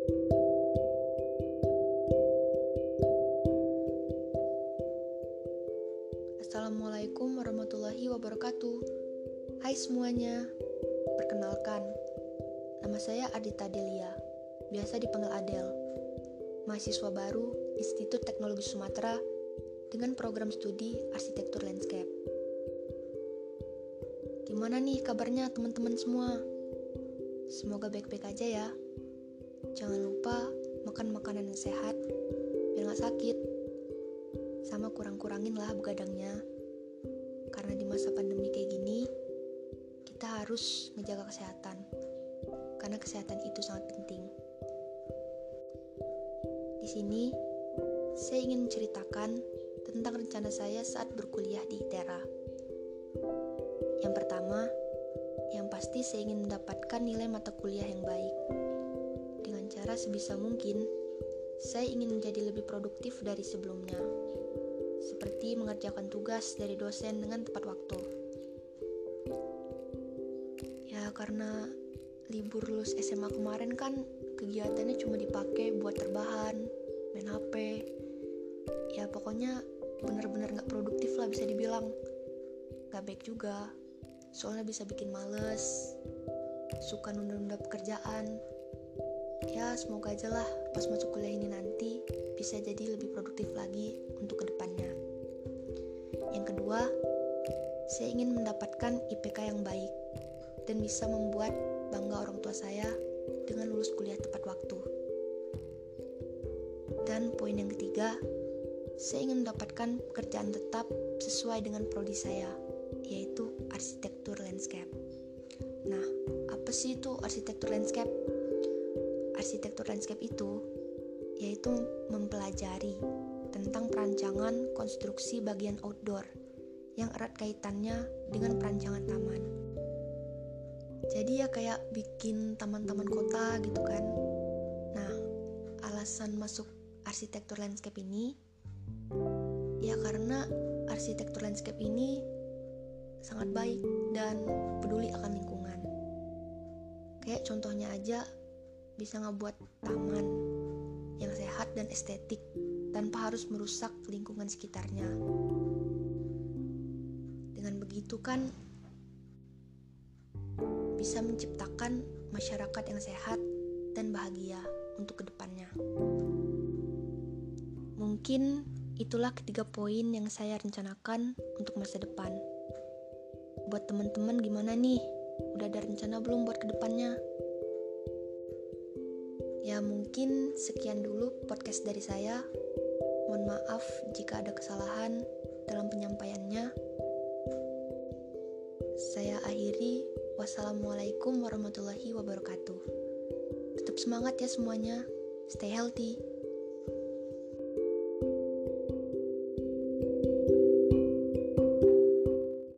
Assalamualaikum warahmatullahi wabarakatuh. Hai semuanya, perkenalkan, nama saya Adita Delia, biasa dipanggil Adel, mahasiswa baru Institut Teknologi Sumatera dengan program studi Arsitektur Landscape. Gimana nih kabarnya teman-teman semua? Semoga baik-baik aja ya. Jangan lupa makan makanan yang sehat biar gak sakit. Sama kurang-kurangin lah begadangnya. Karena di masa pandemi kayak gini, kita harus ngejaga kesehatan. Karena kesehatan itu sangat penting. Di sini, saya ingin menceritakan tentang rencana saya saat berkuliah di ITERA. Yang pertama, yang pasti saya ingin mendapatkan nilai mata kuliah yang baik. Dengan cara sebisa mungkin, saya ingin menjadi lebih produktif dari sebelumnya. Seperti mengerjakan tugas dari dosen dengan tepat waktu. Ya karena libur lulus SMA kemarin kan kegiatannya cuma dipakai buat terbahan, main HP. Ya pokoknya benar-benar gak produktif lah bisa dibilang. Gak baik juga, soalnya bisa bikin males, suka nunda-nunda pekerjaan. Ya semoga aja lah pas masuk kuliah ini nanti bisa jadi lebih produktif lagi untuk kedepannya. Yang kedua, saya ingin mendapatkan IPK yang baik dan bisa membuat bangga orang tua saya dengan lulus kuliah tepat waktu. Dan poin yang ketiga, saya ingin mendapatkan pekerjaan tetap sesuai dengan prodi saya, yaitu arsitektur landscape. Nah, apa sih itu arsitektur landscape? Arsitektur landscape itu yaitu mempelajari tentang perancangan konstruksi bagian outdoor yang erat kaitannya dengan perancangan taman. Jadi ya kayak bikin taman-taman kota gitu kan. Nah, alasan masuk arsitektur landscape ini ya karena arsitektur landscape ini sangat baik dan peduli akan lingkungan. Kayak contohnya aja bisa ngebuat taman yang sehat dan estetik tanpa harus merusak lingkungan sekitarnya. Dengan begitu kan bisa menciptakan masyarakat yang sehat dan bahagia untuk kedepannya. Mungkin itulah ketiga poin yang saya rencanakan untuk masa depan. Buat teman-teman gimana nih? Udah ada rencana belum buat kedepannya? Ya mungkin sekian dulu podcast dari saya. Mohon maaf jika ada kesalahan dalam penyampaiannya. Saya akhiri. Wassalamualaikum warahmatullahi wabarakatuh. Tetap semangat ya semuanya. Stay healthy.